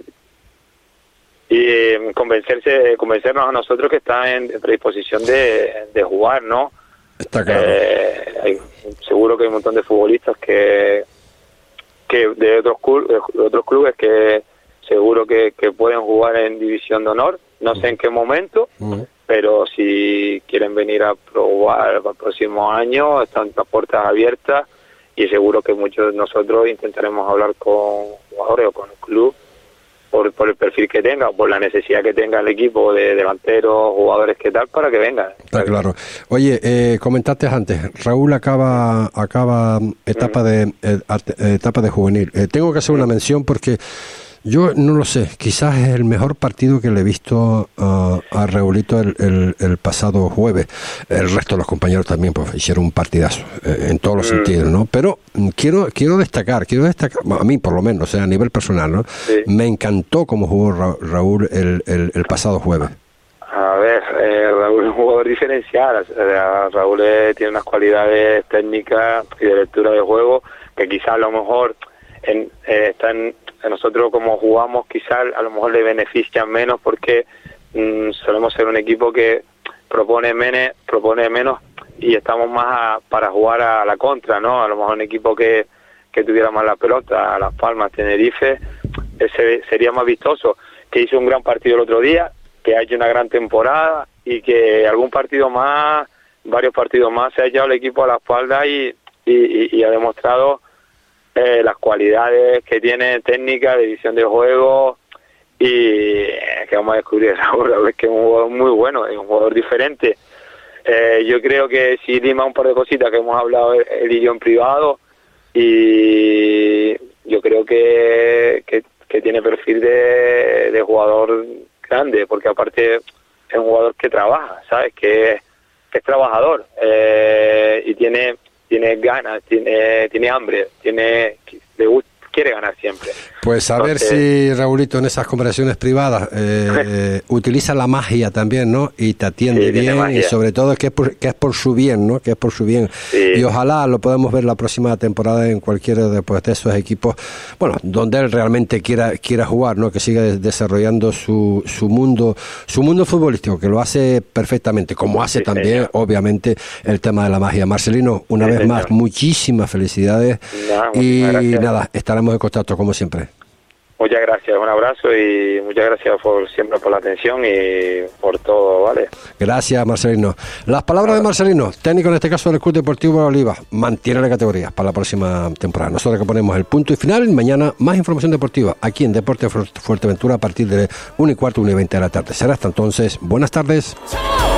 y convencerse convencernos a nosotros que está en predisposición de, de jugar, ¿no? Está claro. Eh, hay, seguro que hay un montón de futbolistas que que de otros clubes, de otros clubes que seguro que, que pueden jugar en división de honor, no sé en qué momento, uh-huh. pero si quieren venir a probar para el próximo año, están las puertas abiertas y seguro que muchos de nosotros intentaremos hablar con jugadores o con el club por, por el perfil que tenga, por la necesidad que tenga el equipo de delanteros, jugadores que tal, para que vengan. Está claro. Oye, eh, comentaste antes, Raúl acaba acaba etapa uh-huh. de eh, etapa de juvenil. Eh, tengo que hacer uh-huh. una mención porque yo no lo sé, quizás es el mejor partido que le he visto uh, a Raúlito el, el, el pasado jueves. El resto de los compañeros también pues hicieron un partidazo, eh, en todos los mm. sentidos, ¿no? Pero quiero quiero destacar, quiero destacar, a mí por lo menos, o sea, a nivel personal, ¿no? Sí. Me encantó cómo jugó Ra- Raúl el, el, el pasado jueves. A ver, eh, Raúl es un jugador diferencial. O sea, Raúl eh, tiene unas cualidades técnicas y de lectura de juego que quizás a lo mejor en, eh, están... nosotros como jugamos quizás a lo mejor le benefician menos porque mmm, solemos ser un equipo que propone menos, propone menos y estamos más a, para jugar a la contra, ¿no? A lo mejor un equipo que, que tuviera más la pelota, Las Palmas, Tenerife, ese sería más vistoso, que hizo un gran partido el otro día, que ha hecho una gran temporada y que algún partido más, varios partidos más se ha echado el equipo a la espalda y, y, y, y ha demostrado Eh, las cualidades que tiene técnica, de visión de juego y eh, que vamos a descubrir ahora, es que es un jugador muy bueno, es un jugador diferente. Eh, yo creo que si lima un par de cositas que hemos hablado él y yo en privado y yo creo que, que, que tiene perfil de, de jugador grande, porque aparte es un jugador que trabaja, ¿sabes? Que, que es trabajador eh, y tiene... tiene ganas, tiene tiene hambre, tiene le gusta, quiere ganar siempre. Pues a Entonces, ver si Raúlito en esas conversaciones privadas eh, utiliza la magia también, ¿no? Y te atiende sí, bien y sobre todo que es por, que es por su bien, ¿no? Que es por su bien. Sí. Y ojalá lo podamos ver la próxima temporada en cualquiera de, pues, de esos equipos, bueno, donde él realmente quiera quiera jugar, ¿no? Que siga desarrollando su su mundo su mundo futbolístico, que lo hace perfectamente, como hace sí, también, señor. Obviamente, el tema de la magia. Marcelino, una sí, vez señor. más, muchísimas felicidades no, y nada, estaremos en contacto como siempre. Muchas gracias, un abrazo y muchas gracias por siempre por la atención y por todo, ¿vale? Gracias, Marcelino. Las palabras de Marcelino, técnico en este caso del Club Deportivo Oliva, mantiene la categoría para la próxima temporada. Nosotros que ponemos el punto y final, mañana más información deportiva aquí en Deporte Fuerteventura a partir de una y cuarto, una y veinte de la tarde. Será hasta entonces, buenas tardes. ¡Chao!